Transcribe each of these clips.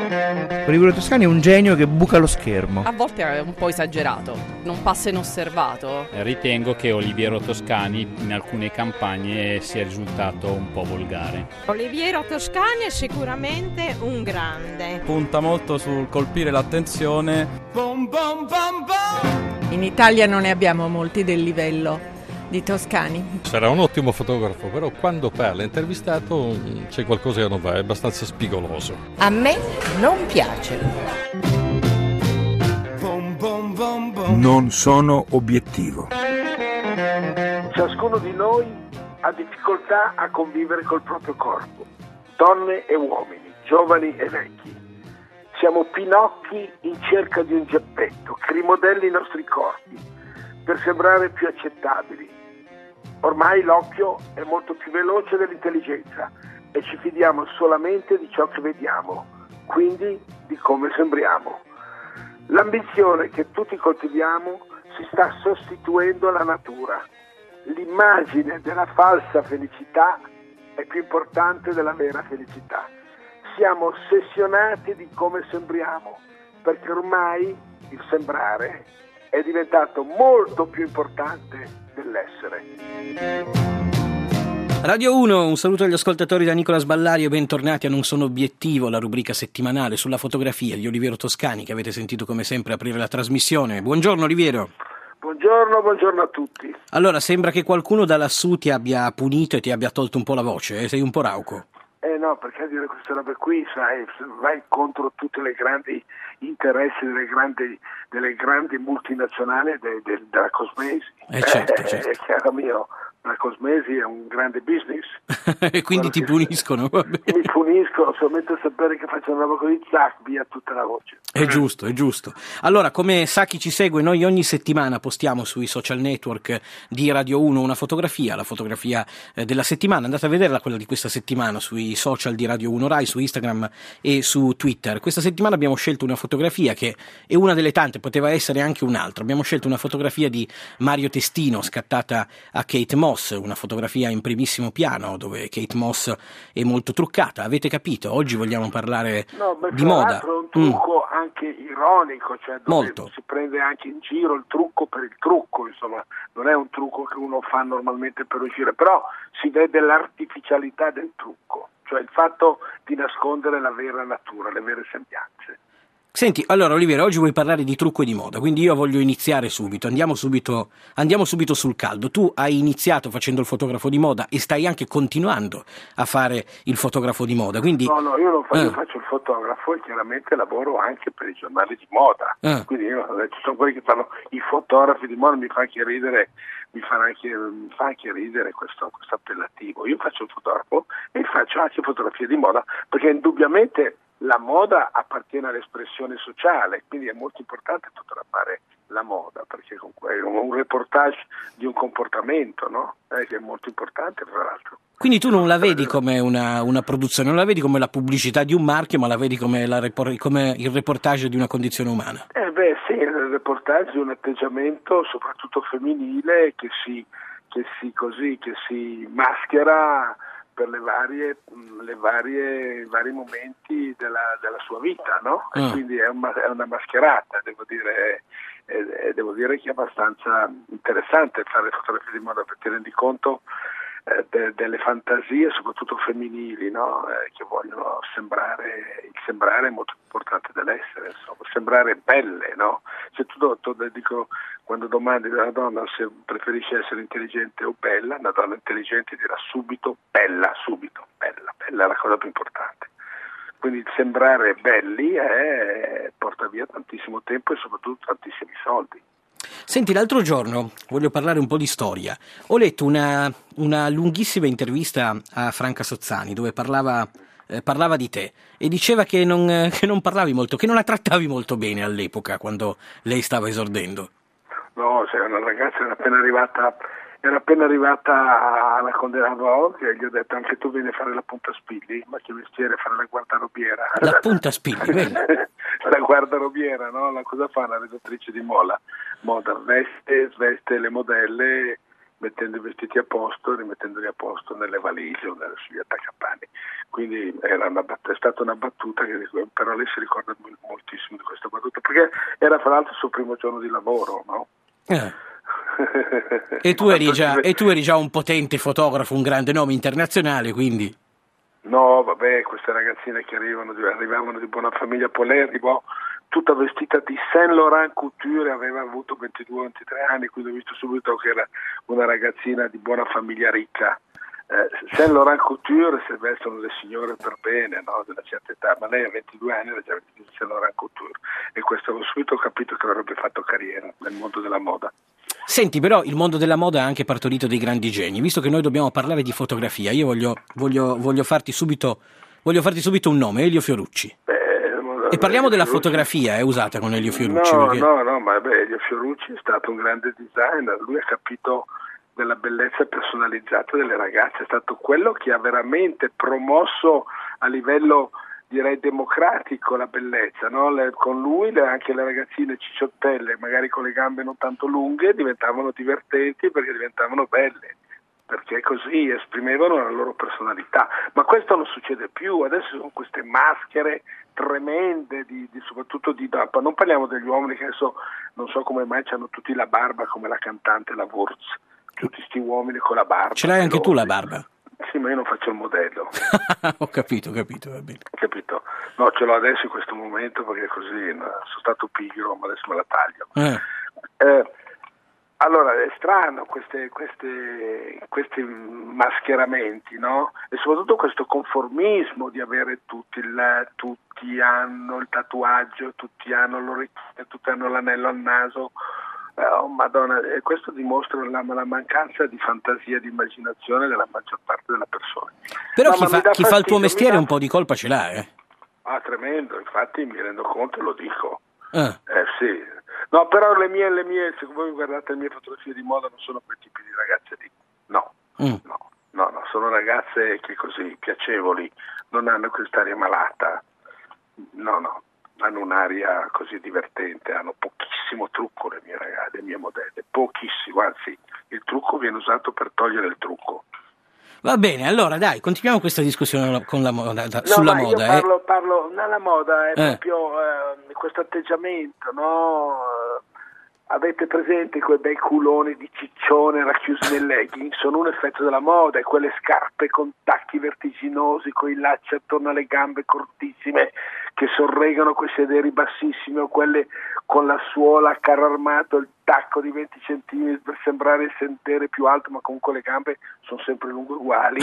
Oliviero Toscani è un genio che buca lo schermo. A volte è un po' esagerato, non passa inosservato. Ritengo che Oliviero Toscani in alcune campagne sia risultato un po' volgare. Oliviero Toscani è sicuramente un grande. Punta molto sul colpire l'attenzione. In Italia non ne abbiamo molti del livello di Toscani. Sarà un ottimo fotografo, però quando parla intervistato c'è qualcosa che non va, è abbastanza spigoloso. A me non piace. Non sono obiettivo. Ciascuno di noi ha difficoltà a convivere col proprio corpo, donne e uomini, giovani e vecchi. Siamo pinocchi in cerca di un geppetto che rimodelli i nostri corpi per sembrare più accettabili. Ormai l'occhio è molto più veloce dell'intelligenza e ci fidiamo solamente di ciò che vediamo, quindi di come sembriamo. L'ambizione che tutti coltiviamo si sta sostituendo alla natura. L'immagine della falsa felicità è più importante della vera felicità. Siamo ossessionati di come sembriamo, perché ormai il sembrare è diventato molto più importante dell'essere. Radio 1, un saluto agli ascoltatori da Nicola Sballari e bentornati a Non sono obiettivo, la rubrica settimanale sulla fotografia di Oliviero Toscani, che avete sentito come sempre aprire la trasmissione. Buongiorno Oliviero. Buongiorno a tutti. Allora, sembra che qualcuno da lassù ti abbia punito e ti abbia tolto un po' la voce, sei un po' rauco. No, perché a dire queste robe qui, sai, vai contro tutte le grandi interessi delle grandi multinazionali della cosmesi. Certo. È chiaro mio, la cosmesi è un grande business. E quindi ti puniscono, vabbè. Mi puniscono solamente a sapere che faccio una roba così, zac, via tutta la voce. È giusto. Allora, come sa chi ci segue, noi ogni settimana postiamo sui social network di Radio 1 una fotografia, la fotografia della settimana. Andate a vederla, quella di questa settimana, sui social di Radio 1 Rai, su Instagram e su Twitter. Questa settimana abbiamo scelto una fotografia che è una delle tante, poteva essere anche un'altra. Abbiamo scelto una fotografia di Mario Testino scattata a Kate Moss, una fotografia in primissimo piano dove Kate Moss è molto truccata. Avete capito? Oggi vogliamo parlare di moda. È un trucco anche ironico, cioè dove molto. Si prende anche in giro il trucco per il trucco, insomma, non è un trucco che uno fa normalmente per uscire, però si vede l'artificialità del trucco, cioè il fatto di nascondere la vera natura, le vere sembianze. Senti, allora Oliviero, oggi vuoi parlare di trucco e di moda, quindi io voglio iniziare subito, andiamo subito sul caldo. Tu hai iniziato facendo il fotografo di moda e stai anche continuando a fare il fotografo di moda, quindi... No, io faccio il fotografo e chiaramente lavoro anche per i giornali di moda, quindi ci sono quelli che fanno i fotografi di moda, mi fa anche ridere questo appellativo. Io faccio il fotografo e faccio anche fotografie di moda, perché indubbiamente la moda appartiene all'espressione sociale, quindi è molto importante fotografare la moda, perché comunque è un reportage di un comportamento, no? Che è molto importante, tra l'altro. Quindi tu non la vedi come una produzione, non la vedi come la pubblicità di un marchio, ma la vedi come il reportage di una condizione umana? Sì, il reportage di un atteggiamento soprattutto femminile che si maschera per i vari momenti della sua vita, no? E quindi è una mascherata, devo dire che è abbastanza interessante fare fotografie di moda, perché ti rendi conto delle fantasie, soprattutto femminili, no? Che vogliono sembrare, il sembrare è molto importante dell'essere, insomma, sembrare belle, no? Se tu dico, quando domandi a una donna se preferisce essere intelligente o bella, una donna intelligente dirà subito bella, è la cosa più importante. Quindi il sembrare belli porta via tantissimo tempo e soprattutto tantissimi soldi. Senti, l'altro giorno, voglio parlare un po' di storia, ho letto una lunghissima intervista a Franca Sozzani dove parlava di te e diceva che non parlavi molto, che non la trattavi molto bene all'epoca quando lei stava esordendo. No, se una ragazza era appena arrivata alla Conde Navò, che gli ho detto anche tu vieni a fare la punta spilli, ma che mestiere fare la guardarobiera? La punta spilli, vedi? La guardarobiera, no? Cosa fa una redattrice di moda? Sveste le modelle mettendo i vestiti a posto e rimettendoli a posto nelle valigie o sugli attaccapani. quindi è stata una battuta che però lei si ricorda moltissimo di questa battuta, perché era fra l'altro il suo primo giorno di lavoro, no? E tu eri già un potente fotografo, un grande nome internazionale, quindi... No, vabbè, queste ragazzine che arrivavano di buona famiglia, poi arrivò tutta vestita di Saint Laurent Couture, aveva avuto 22-23 anni, quindi ho visto subito che era una ragazzina di buona famiglia ricca. Saint Laurent Couture se vestono le signore per bene, no? Della certa età, ma lei a 22 anni era già vestita di Saint Laurent Couture, e questo avevo subito capito che avrebbe fatto carriera nel mondo della moda. Senti, però il mondo della moda ha anche partorito dei grandi geni. Visto che noi dobbiamo parlare di fotografia, io voglio farti subito un nome, Elio Fiorucci. E parliamo della fotografia usata con Elio Fiorucci. No, ma Elio Fiorucci è stato un grande designer, lui ha capito della bellezza personalizzata delle ragazze, è stato quello che ha veramente promosso a livello, direi, democratico la bellezza, no? Con lui anche le ragazzine cicciottelle, magari con le gambe non tanto lunghe, diventavano divertenti perché diventavano belle, perché così esprimevano la loro personalità. Ma questo non succede più, adesso sono queste maschere tremende, soprattutto di dopo. Non parliamo degli uomini che adesso non so come mai hanno tutti la barba come la cantante, la Wurz, tutti sti uomini con la barba. Ce l'hai anche tu la barba? Sì, ma io non faccio il modello. Ho capito, va bene. Capito? No, ce l'ho adesso in questo momento perché così sono stato pigro, ma adesso me la taglio. Allora, è strano questi mascheramenti, no? E soprattutto questo conformismo di avere tutti hanno il tatuaggio, tutti hanno l'orecchino, tutti hanno l'anello al naso. Oh Madonna, e questo dimostra la mancanza di fantasia e di immaginazione della maggior parte delle persone. Però chi fa il tuo mestiere un po' di colpa ce l'ha, Ah, tremendo, infatti mi rendo conto e lo dico. Sì. No, però le mie, se voi guardate le mie fotografie di moda non sono quei tipi di ragazze lì. No, sono ragazze che così, piacevoli, non hanno quest'aria malata. No. Hanno un'aria così divertente, hanno pochissimo trucco le mie modelle, pochissimo, anzi il trucco viene usato per togliere il trucco. Va bene, allora dai, continuiamo questa discussione con la moda, sulla moda. Io parlo nella moda, è proprio questo atteggiamento, no? Avete presente quei bei culoni di ciccione racchiusi nel legging? Sono un effetto della moda, e quelle scarpe con tacchi vertiginosi, con i lacci attorno alle gambe cortissime che sorreggono quei sederi bassissimi, o quelle con la suola a carro armato, il tacco di 20 centimetri per sembrare il sedere più alto, ma comunque le gambe sono sempre lunghe uguali.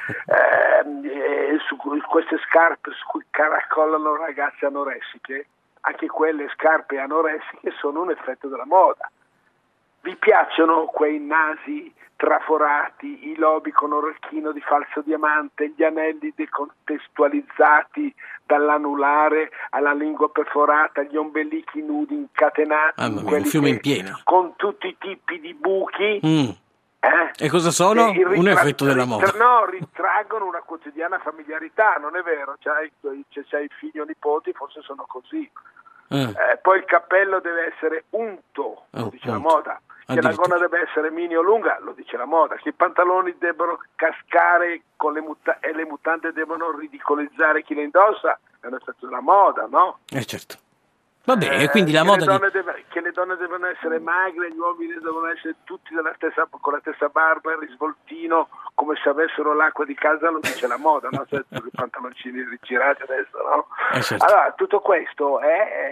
Su queste scarpe su cui caracolano ragazze anoressiche, anche quelle scarpe anoressiche sono un effetto della moda. Vi piacciono quei nasi traforati, i lobi con orecchino di falso diamante, gli anelli decontestualizzati dall'anulare alla lingua perforata, gli ombelichi nudi incatenati, un fiume in piena, con tutti i tipi di buchi? E cosa sono? Un effetto della moda. No, ritraggono una quotidiana familiarità, non è vero? C'hai figli o nipoti, forse sono così. Poi il cappello deve essere unto, lo dice la moda. Che la gonna deve essere mini o lunga, lo dice la moda. Che i pantaloni debbono cascare e le mutande devono ridicolizzare chi le indossa, è un effetto della moda, no? Certo. Va bene, quindi la moda che le donne devono essere magre, gli uomini devono essere tutti con la stessa barba, il risvoltino, come se avessero l'acqua di casa, lo dice la moda, no? Cioè, i pantaloncini rigirati adesso, no? Certo. Allora, tutto questo è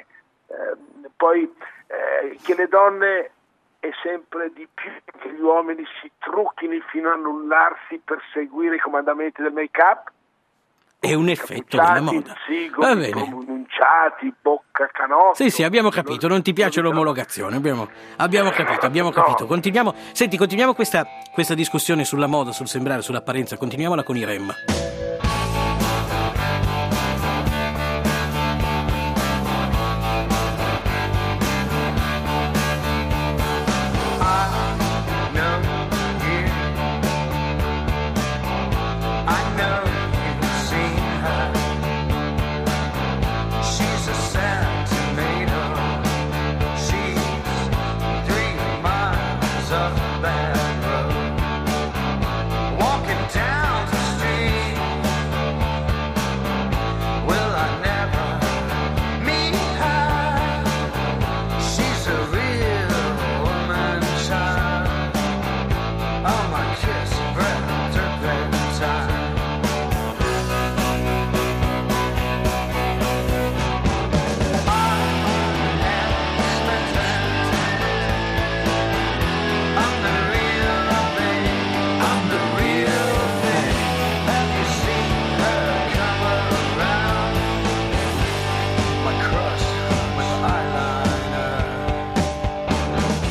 poi che le donne e sempre di più che gli uomini si trucchino fino a annullarsi per seguire i comandamenti del make-up. È un effetto della moda. Va bene. Pronunciati, bocca, canotto. Sì, abbiamo capito, non ti piace l'omologazione, abbiamo capito. Continuiamo questa discussione sulla moda, sul sembrare, sull'apparenza, continuiamola con i Rem. Walking down the street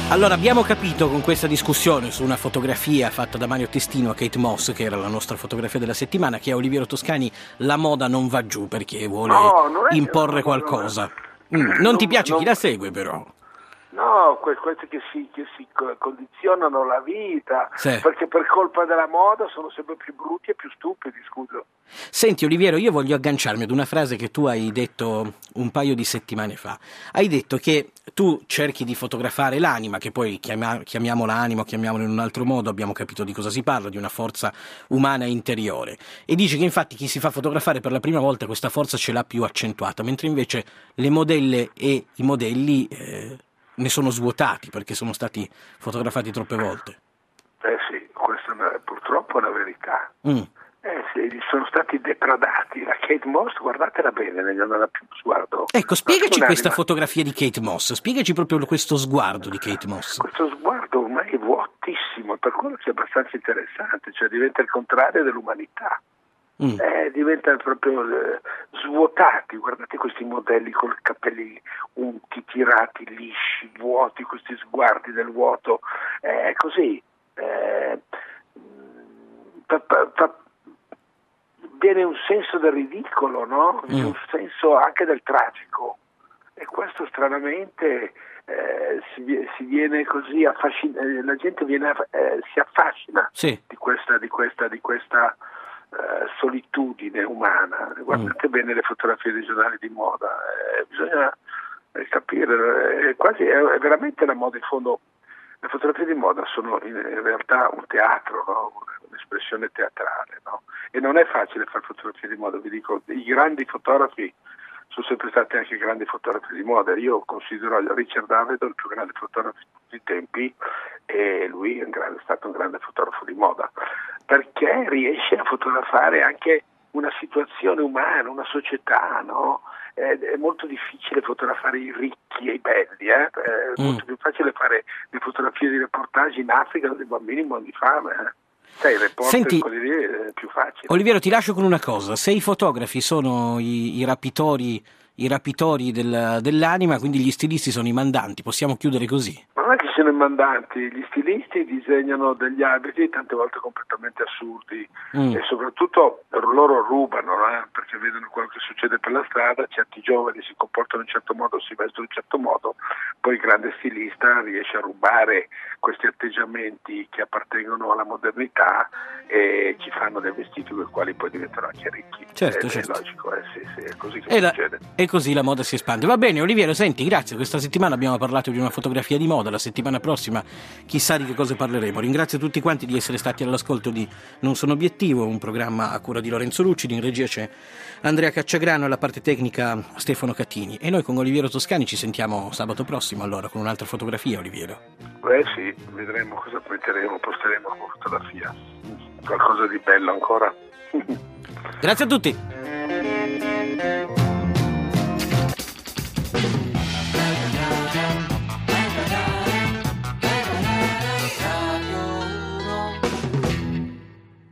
Allora, abbiamo capito con questa discussione su una fotografia fatta da Mario Testino a Kate Moss, che era la nostra fotografia della settimana, che a Oliviero Toscani la moda non va giù perché vuole imporre qualcosa. Non ti piace chi la segue, però? No, questi che si condizionano la vita, sì. Perché per colpa della moda sono sempre più brutti e più stupidi, scusa. Senti Oliviero, io voglio agganciarmi ad una frase che tu hai detto un paio di settimane fa. Hai detto che tu cerchi di fotografare l'anima, che poi chiamiamola anima o chiamiamola in un altro modo, abbiamo capito di cosa si parla, di una forza umana interiore. E dici che infatti chi si fa fotografare per la prima volta questa forza ce l'ha più accentuata, mentre invece le modelle e i modelli ne sono svuotati perché sono stati fotografati troppe volte. Sì, questa purtroppo è la verità. Sì, sono stati depredati. La Kate Moss, guardatela bene, non ha più sguardo. Ecco, spiegaci questa fotografia di Kate Moss, spiegaci proprio questo sguardo di Kate Moss. Questo sguardo ormai è vuotissimo, per quello che è abbastanza interessante, cioè diventa il contrario dell'umanità. Diventa proprio svuotati. Guardate questi modelli con i capelli unti, tirati, lisci, vuoti, questi sguardi del vuoto, così viene un senso del ridicolo, no? Un senso anche del tragico, e questo stranamente si viene così la gente si affascina di questa solitudine umana. Guardate bene le fotografie dei giornali di moda, bisogna capire, è veramente la moda in fondo. Le fotografie di moda sono in realtà un teatro, no? Un'espressione teatrale, no? E non è facile fare fotografie di moda, vi dico, i grandi fotografi sono sempre stati anche grandi fotografi di moda. Io considero Richard Avedon il più grande fotografo di tutti i tempi, e lui è stato un grande fotografo di moda, perché riesce a fotografare anche una situazione umana, una società, no? È molto difficile fotografare i ricchi e i belli, è molto più facile fare le fotografie di reportage in Africa dove i bambini muoiono di fame. I reporter, quelli lì è più facile. Oliviero, ti lascio con una cosa: se i fotografi sono i rapitori dell'anima, quindi gli stilisti sono i mandanti, possiamo chiudere così? Ma non è che siano i mandanti, gli stilisti disegnano degli abiti tante volte completamente assurdi, e soprattutto loro rubano, perché vedono quello che succede per la strada, certi giovani si comportano in un certo modo, si vestono in un certo modo, poi il grande stilista riesce a rubare questi atteggiamenti che appartengono alla modernità e ci fanno dei vestiti con i quali poi diventano anche ricchi. Certo. È logico, sì, è così che succede. E così la moda si espande. Va bene Oliviero, senti, grazie, questa settimana abbiamo parlato di una fotografia di moda, la settimana prossima chissà di che cosa parleremo. Ringrazio tutti quanti di essere stati all'ascolto di Non Sono Obiettivo, un programma a cura di Lorenzo Lucidi, in regia c'è Andrea Cacciagrano e alla parte tecnica Stefano Catini, e noi con Oliviero Toscani ci sentiamo sabato prossimo allora con un'altra fotografia. Oliviero, sì, vedremo cosa posteremo come fotografia, qualcosa di bello ancora. Grazie a tutti.